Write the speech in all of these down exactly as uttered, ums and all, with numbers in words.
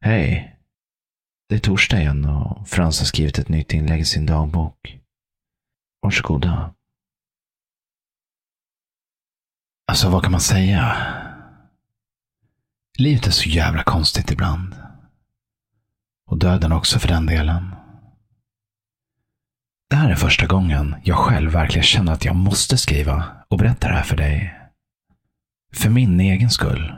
Hej. Det är torsdag igen och Frans har skrivit ett nytt inlägg i sin dagbok. Varsågoda. Alltså, vad kan man säga? Livet är så jävla konstigt ibland. Och döden också för den delen. Det här är första gången jag själv verkligen känner att jag måste skriva och berätta det här för dig. För min egen skull.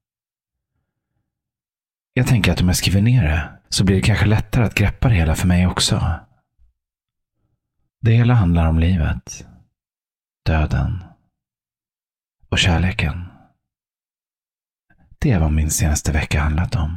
Jag tänker att om jag skriver ner det så blir det kanske lättare att greppa det hela för mig också. Det hela handlar om livet, döden och kärleken. Det är vad min senaste vecka handlat om.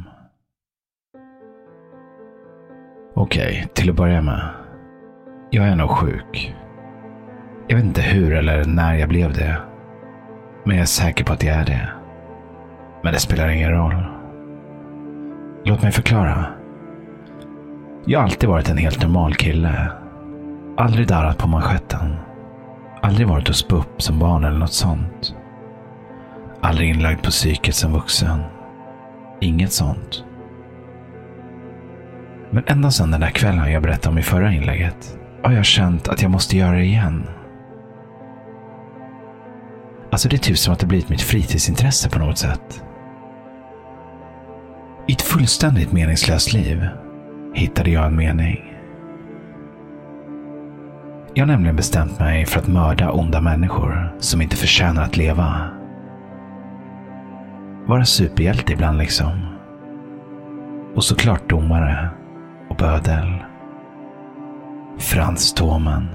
Okej, till att börja med. Jag är nog sjuk. Jag vet inte hur eller när jag blev det. Men jag är säker på att jag är det. Men det spelar ingen roll. Låt mig förklara. Jag har alltid varit en helt normal kille. Aldrig darrat på manschetten. Aldrig varit hos B U P som barn eller något sånt. Aldrig inlagd på psyket som vuxen. Inget sånt. Men ända sedan den där kvällen jag berättade om i förra inlägget har jag känt att jag måste göra det igen. Alltså det är typ som att det blivit mitt fritidsintresse på något sätt. I ett fullständigt meningslöst liv hittade jag en mening. Jag har nämligen bestämt mig för att mörda onda människor som inte förtjänar att leva. Vara superhjälte ibland liksom. Och såklart domare och bödel. Frans Thomen.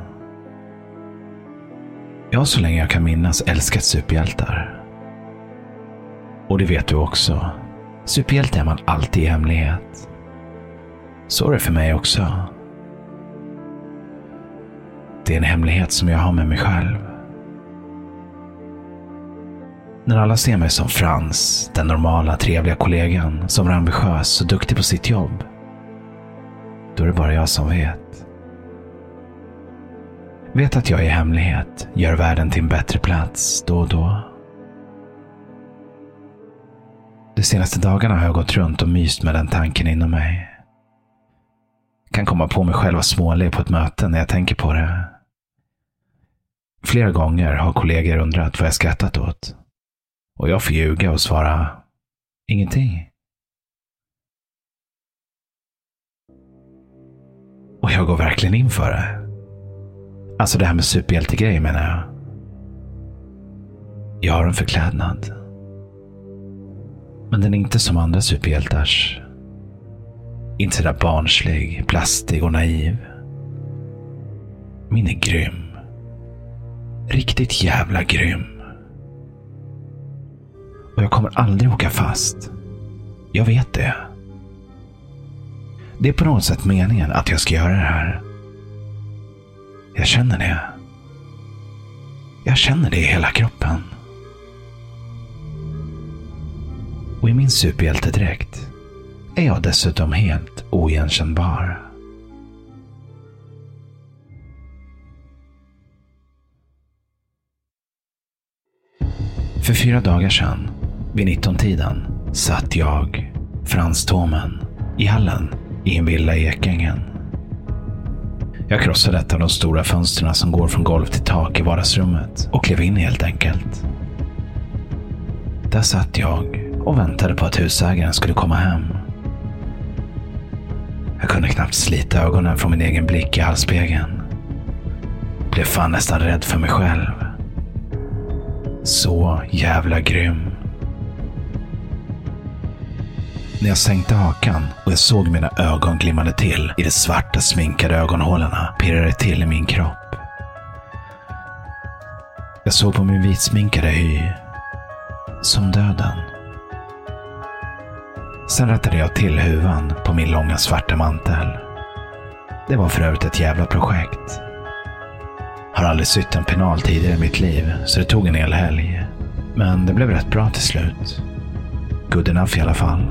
Jag har så länge jag kan minnas älskat superhjältar. Och det vet du också. Superhjälte är man alltid i hemlighet. Så är det för mig också. Det är en hemlighet som jag har med mig själv. När alla ser mig som Frans, den normala, trevliga kollegan som är ambitiös och duktig på sitt jobb, då är det bara jag som vet. Vet att jag i hemlighet gör världen till en bättre plats då och då. De senaste dagarna har jag gått runt och myst med den tanken inom mig. Kan komma på mig själv och småle på ett möte när jag tänker på det. Flera gånger har kollegor undrat vad jag skrattat åt. Och jag får ljuga och svara ingenting. Och jag går verkligen in för det. Alltså det här med superhjältegrej menar jag. Jag har en förklädnad. Men den är inte som andra superhjältars. Inte så där barnslig, plastig och naiv. Min är grym. Riktigt jävla grym. Och jag kommer aldrig åka fast. Jag vet det. Det är på något sätt meningen att jag ska göra det här. Jag känner det. Jag känner det i hela kroppen. Och i min superhjältedräkt är jag dessutom helt oigenkännbar. För fyra dagar sedan, vid nitton-tiden, satt jag, Frans Thomen, i hallen i en villa i Ekängen. Jag krossade ett av de stora fönsterna som går från golv till tak i vardagsrummet och klev in helt enkelt. Där satt jag och väntade på att husägaren skulle komma hem. Jag kunde knappt slita ögonen från min egen blick i hallspegeln. Blev fan nästan rädd för mig själv. Så jävla grym. När jag sänkte hakan och jag såg mina ögon glimmade till i de svarta sminkade ögonhålorna pirrade det till i min kropp. Jag såg på min vitsminkade hy som döden. Sen rättade jag till huvan på min långa svarta mantel. Det var för övrigt ett jävla projekt. Har aldrig sytt en penal tidigare i mitt liv, så det tog en hel helg. Men det blev rätt bra till slut. Good enough i alla fall.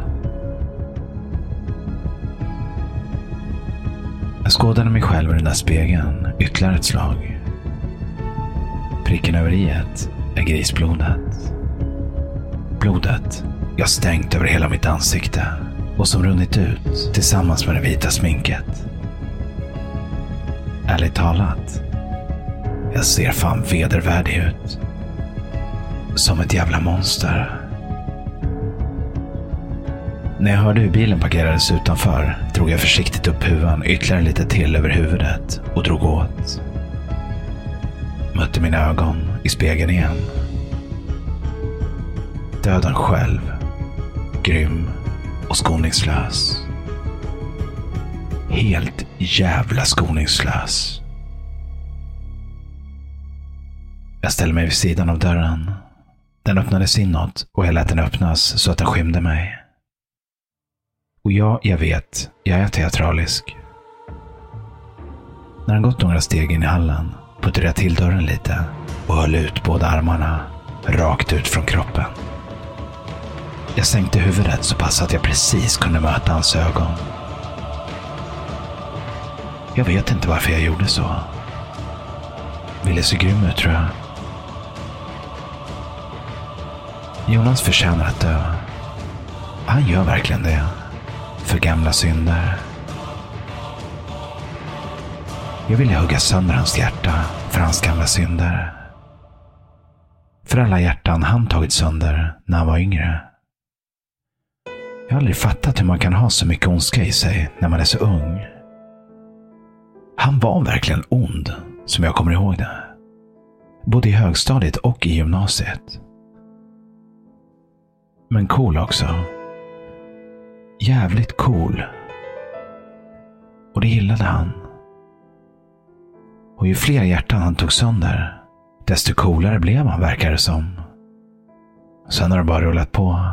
Jag skådade mig själv i den där spegeln ytterligare ett slag. Pricken över iet är grisblodet. Blodet jag stängt över hela mitt ansikte och som runnit ut tillsammans med det vita sminket. Ärligt talat, jag ser fan vedervärdig ut. Som ett jävla monster. När jag hörde hur bilen parkerades utanför drog jag försiktigt upp huvan ytterligare lite till över huvudet och drog åt. Mötte mina ögon i spegeln igen. Döden själv. Grym och skoningslös. Helt jävla skoningslös. Jag ställde mig vid sidan av dörren. Den öppnades inåt och jag lät den öppnas så att den skymde mig. Och ja, jag vet, jag är teatralisk. När han gått några steg in i hallen puttade jag till dörren lite och höll ut båda armarna rakt ut från kroppen. Jag sänkte huvudet så pass att jag precis kunde möta hans ögon. Jag vet inte varför jag gjorde så. Ville se grym ut, tror jag. Jonas förtjänar att dö. Han gör verkligen det. För gamla synder. Jag ville hugga sönder hans hjärta för hans gamla synder. För alla hjärtan han tagit sönder när han var yngre. Jag har aldrig fattat hur man kan ha så mycket ondska i sig när man är så ung. Han var verkligen ond, som jag kommer ihåg det. Både i högstadiet och i gymnasiet. Men cool också. Jävligt cool. Och det gillade han. Och ju fler hjärtan han tog sönder, desto coolare blev han, verkar det som. Sen har det bara rullat på.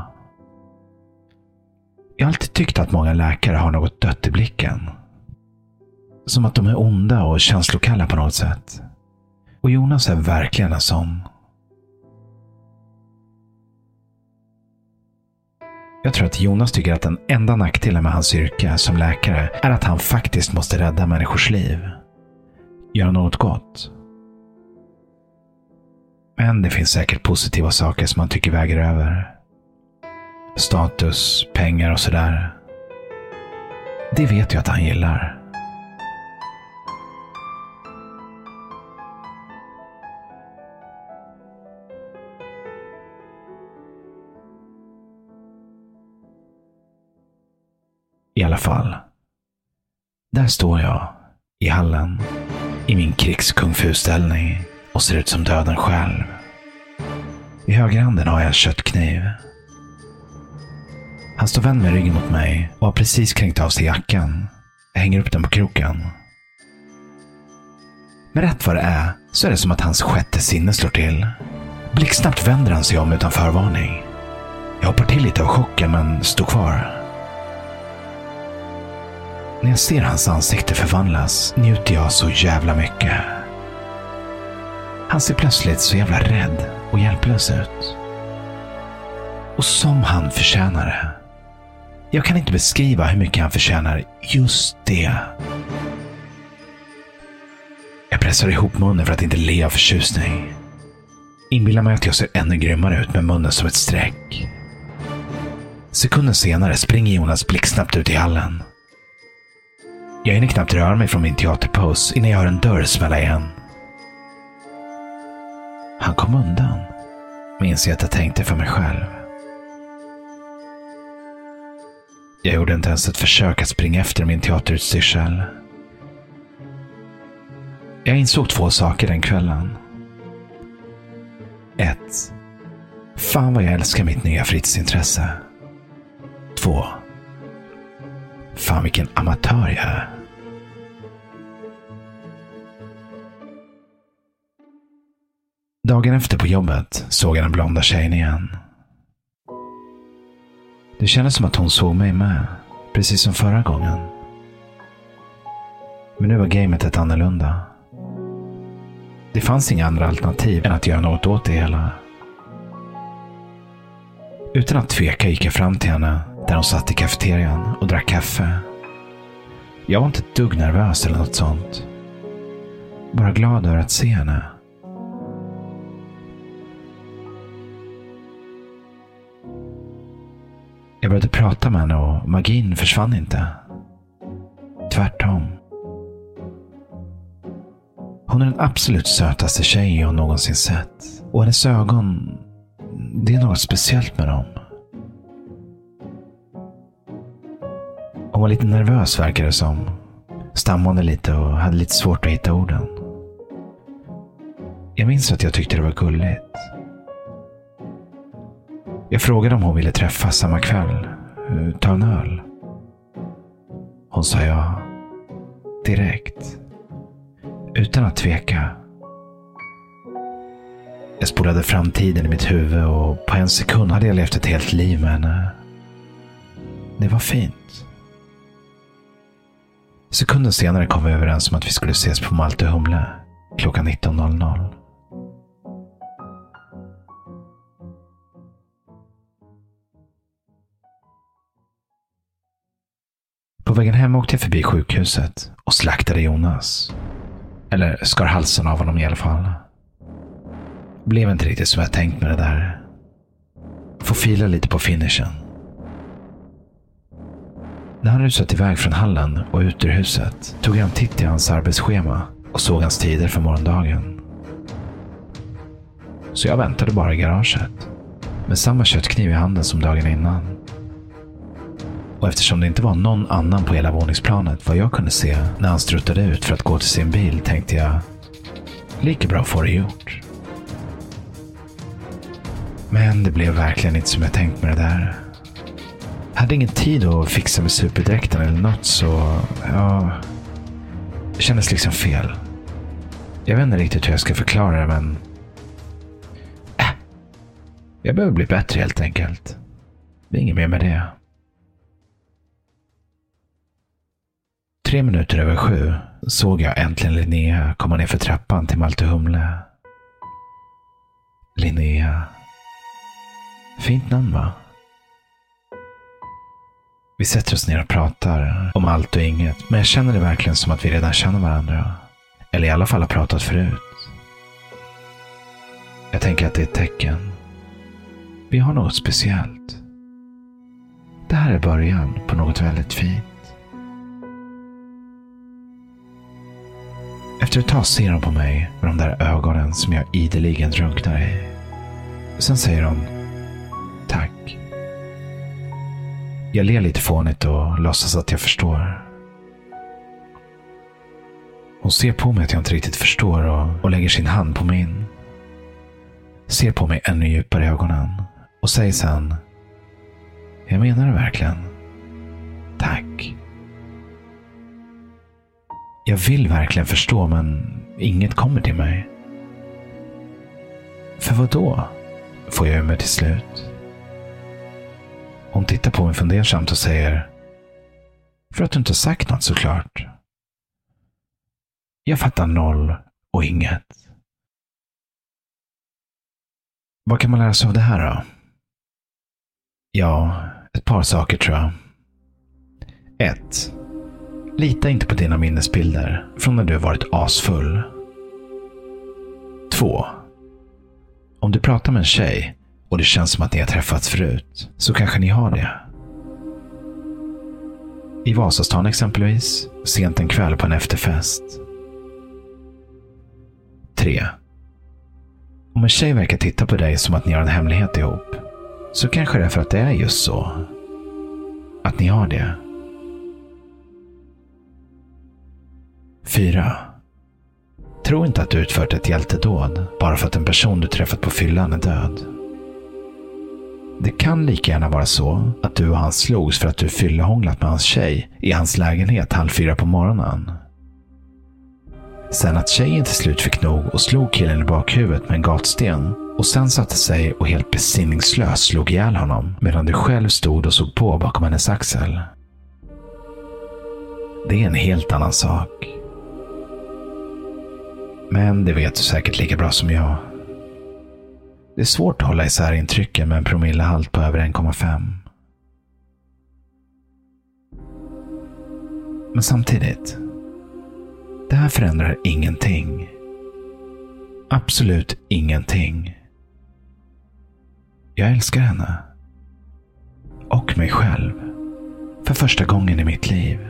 Jag har alltid tyckt att många läkare har något dött i blicken. Som att de är onda och känslokalla på något sätt. Och Jonas är verkligen en sån. Jag tror att Jonas tycker att den enda nackdelen med hans yrke som läkare är att han faktiskt måste rädda människors liv. Göra något gott. Men det finns säkert positiva saker som han tycker väger över. Status, pengar och sådär. Det vet jag att han gillar. I alla fall. Där står jag i hallen i min krigskungfu-ställning och ser ut som döden själv. I högerhanden har jag en köttkniv. Han står vänd med ryggen mot mig och har precis kränkt av sig jackan. Jag hänger upp den på kroken. Men rätt vad det är så är det som att hans sjätte sinne slår till. Blixtsnabbt vänder han sig om utan förvarning. Jag hoppar till lite av chocken men står kvar. När jag ser hans ansikte förvandlas njuter jag så jävla mycket. Han ser plötsligt så jävla rädd och hjälplös ut. Och som han förtjänar det. Jag kan inte beskriva hur mycket han förtjänar just det. Jag pressar ihop munnen för att inte le av förtjusning. Inbillar mig att jag ser ännu grymmare ut med munnen som ett streck. Sekunden senare springer Jonas blixtsnabbt ut i hallen. Jag hinner knappt röra mig från min teaterpose innan jag hör en dörr smälla igen. Han kom undan, minns jag att jag tänkte för mig själv. Jag gjorde inte ens ett försök att springa efter min teaterutstyrsel. Jag insåg två saker den kvällen. Ett. Fan vad jag älskar mitt nya fritidsintresse. Två. Fan vilken amatör jag är. Dagen efter på jobbet såg jag den blonda tjejen igen. Det kändes som att hon såg mig med, precis som förra gången. Men nu var gamet ett annorlunda. Det fanns inga andra alternativ än att göra något åt det hela. Utan att tveka gick jag fram till henne där hon satt i kafeterian och drack kaffe. Jag var inte ett dugg nervös eller något sånt. Bara glad över att se henne. Jag började prata med henne och magin försvann inte. Tvärtom. Hon är den absolut sötaste tjej jag någonsin sett. Och hennes ögon, det är något speciellt med dem. Hon var lite nervös verkade det som. Stammade lite och hade lite svårt att hitta orden. Jag minns att jag tyckte det var gulligt. Jag frågade om hon ville träffas samma kväll. Ta en öl. Hon sa ja. Direkt. Utan att tveka. Jag spolade framtiden i mitt huvud och på en sekund hade jag levt ett helt liv med henne. Det var fint. Sekunden senare kom vi överens om att vi skulle ses på Malte Humle klockan nitton noll noll. På vägen hem åkte jag förbi sjukhuset och slaktade Jonas. Eller skar halsen av honom i alla fall. Blev inte riktigt som jag tänkt med det där. Får fila lite på finishen. När han rusat iväg från hallen och ut ur huset tog jag en titt i hans arbetsschema och såg hans tider för morgondagen. Så jag väntade bara i garaget med samma köttkniv i handen som dagen innan. Och eftersom det inte var någon annan på hela våningsplanet vad jag kunde se när han struttade ut för att gå till sin bil tänkte jag, lika bra får det gjort. Men det blev verkligen inte som jag tänkt med det där. Jag hade ingen tid att fixa med superdräkten eller något så, ja, det kändes liksom fel. Jag vet inte riktigt hur jag ska förklara det men äh, jag behöver bli bättre helt enkelt. Det är inget mer med det. Tre minuter över sju såg jag äntligen Linnea komma ner för trappan till Malte Humle. Linnea. Fint namn va? Vi sätter oss ner och pratar om allt och inget, men jag känner det verkligen som att vi redan känner varandra. Eller i alla fall har pratat förut. Jag tänker att det är ett tecken. Vi har något speciellt. Det här är början på något väldigt fint. Efter ett tag ser hon på mig med de där ögonen som jag ideligen drunknar i. Sen säger hon tack. Jag ler lite fånigt och låtsas att jag förstår. Hon ser på mig att jag inte riktigt förstår och, och lägger sin hand på min. Ser på mig ännu djupare i ögonen och säger sen jag menar det verkligen. Tack. Jag vill verkligen förstå men inget kommer till mig. För vad då? Får jag mig till slut. Hon tittar på mig fundersamt och säger för att du inte sagt något såklart. Jag fattar noll och inget. Vad kan man lära sig av det här då? Ja, ett par saker tror jag. Ett. Lita inte på dina minnesbilder från när du har varit asfull. Två. Om du pratar med en tjej och det känns som att ni har träffats förut så kanske ni har det. I Vasastan exempelvis, sent en kväll på en efterfest. Tre. Om en tjej verkar titta på dig som att ni har en hemlighet ihop så kanske det är för att det är just så. Att ni har det. Fyra. Tro inte att du utfört ett hjältedåd bara för att en person du träffat på fyllan är död. Det kan lika gärna vara så att du och han slogs för att du fyllehånglat med hans tjej i hans lägenhet halv fyra på morgonen. Sen att tjejen till slut fick nog och slog killen i bakhuvudet med en gatsten och sen satte sig och helt besinningslöst slog ihjäl honom medan du själv stod och såg på bakom hennes axel. Det är en helt annan sak. Men det vet du säkert lika bra som jag. Det är svårt att hålla isär intrycken med en promillehalt på över en komma fem. Men samtidigt, det här förändrar ingenting. Absolut ingenting. Jag älskar henne. och mig själv för första gången i mitt liv.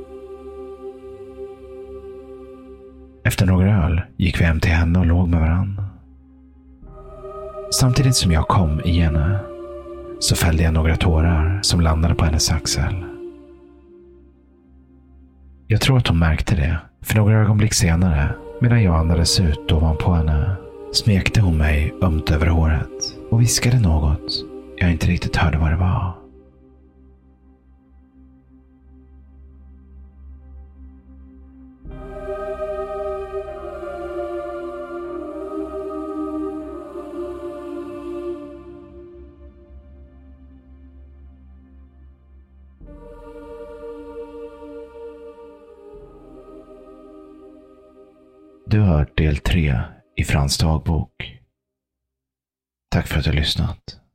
Efter några öl gick vi hem till henne och låg med varann. Samtidigt som jag kom i henne så fällde jag några tårar som landade på hennes axel. Jag tror att hon märkte det, för några ögonblick senare, medan jag andades ut ovanpå henne, smekte hon mig ömt över håret och viskade något jag inte riktigt hörde vad det var. Du har hört del tre i Frans dagbok. Tack för att du har lyssnat.